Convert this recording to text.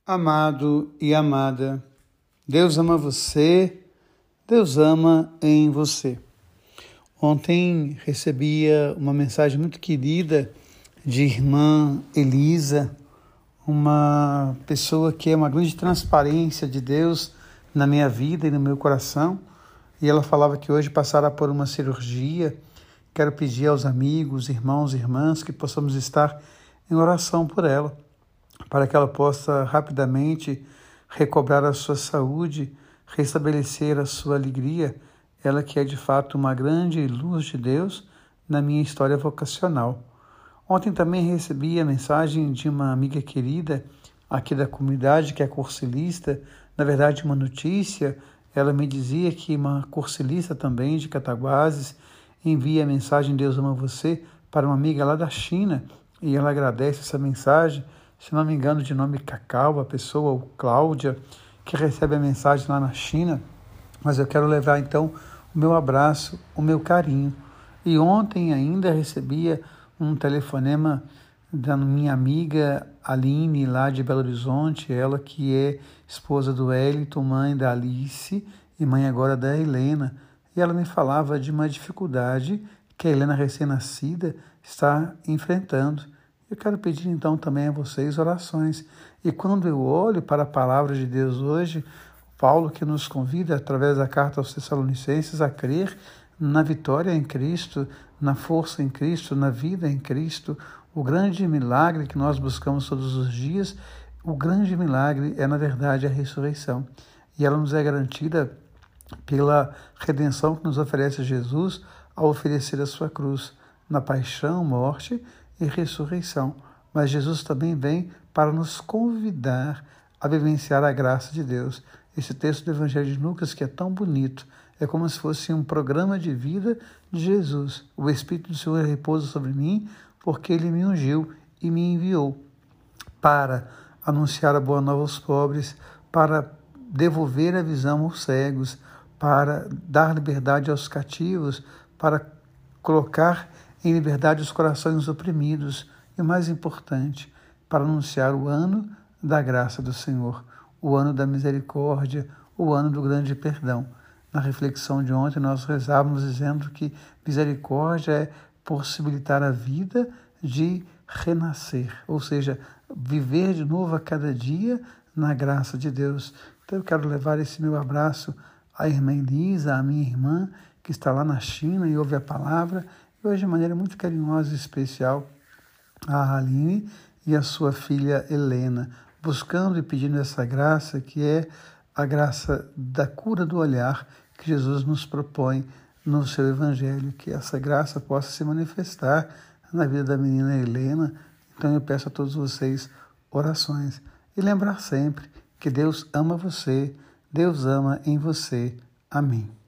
Amado e amada, Deus ama você, Deus ama em você. Ontem recebia uma mensagem muito querida de irmã Elisa, uma pessoa que é uma grande transparência de Deus na minha vida e no meu coração. E ela falava que hoje passará por uma cirurgia. Quero pedir aos amigos, irmãos e irmãs que possamos estar em oração por ela, para que ela possa rapidamente recobrar a sua saúde, restabelecer a sua alegria, ela que é de fato uma grande luz de Deus na minha história vocacional. Ontem também recebi a mensagem de uma amiga querida aqui da comunidade, que é cursilista, na verdade uma notícia. Ela me dizia que uma cursilista também de Cataguases envia a mensagem Deus ama você para uma amiga lá da China, e ela agradece essa mensagem, se não me engano de nome Cacau, a pessoa, ou Cláudia, que recebe a mensagem lá na China. Mas eu quero levar então o meu abraço, o meu carinho. E ontem ainda recebia um telefonema da minha amiga Aline, lá de Belo Horizonte, ela que é esposa do Wellington, mãe da Alice e mãe agora da Helena. E ela me falava de uma dificuldade que a Helena, recém-nascida, está enfrentando. Eu quero pedir então também a vocês orações. E quando eu olho para a palavra de Deus hoje, Paulo que nos convida através da carta aos Tessalonicenses a crer na vitória em Cristo, na força em Cristo, na vida em Cristo, o grande milagre que nós buscamos todos os dias, o grande milagre é na verdade a ressurreição. E ela nos é garantida pela redenção que nos oferece Jesus ao oferecer a sua cruz na paixão, morte e ressurreição. Mas Jesus também vem para nos convidar a vivenciar a graça de Deus. Esse texto do Evangelho de Lucas, que é tão bonito, é como se fosse um programa de vida de Jesus. O Espírito do Senhor repousa sobre mim, porque Ele me ungiu e me enviou para anunciar a boa nova aos pobres, para devolver a visão aos cegos, para dar liberdade aos cativos, para colocar em liberdade os corações oprimidos e, o mais importante, para anunciar o ano da graça do Senhor, o ano da misericórdia, o ano do grande perdão. Na reflexão de ontem nós rezávamos dizendo que misericórdia é possibilitar a vida de renascer, ou seja, viver de novo a cada dia na graça de Deus. Então eu quero levar esse meu abraço à irmã Elisa, à minha irmã, que está lá na China e ouve a palavra, e hoje de maneira muito carinhosa e especial a Aline e a sua filha Helena, buscando e pedindo essa graça que é a graça da cura do olhar que Jesus nos propõe no seu Evangelho, que essa graça possa se manifestar na vida da menina Helena. Então eu peço a todos vocês orações e lembrar sempre que Deus ama você, Deus ama em você. Amém.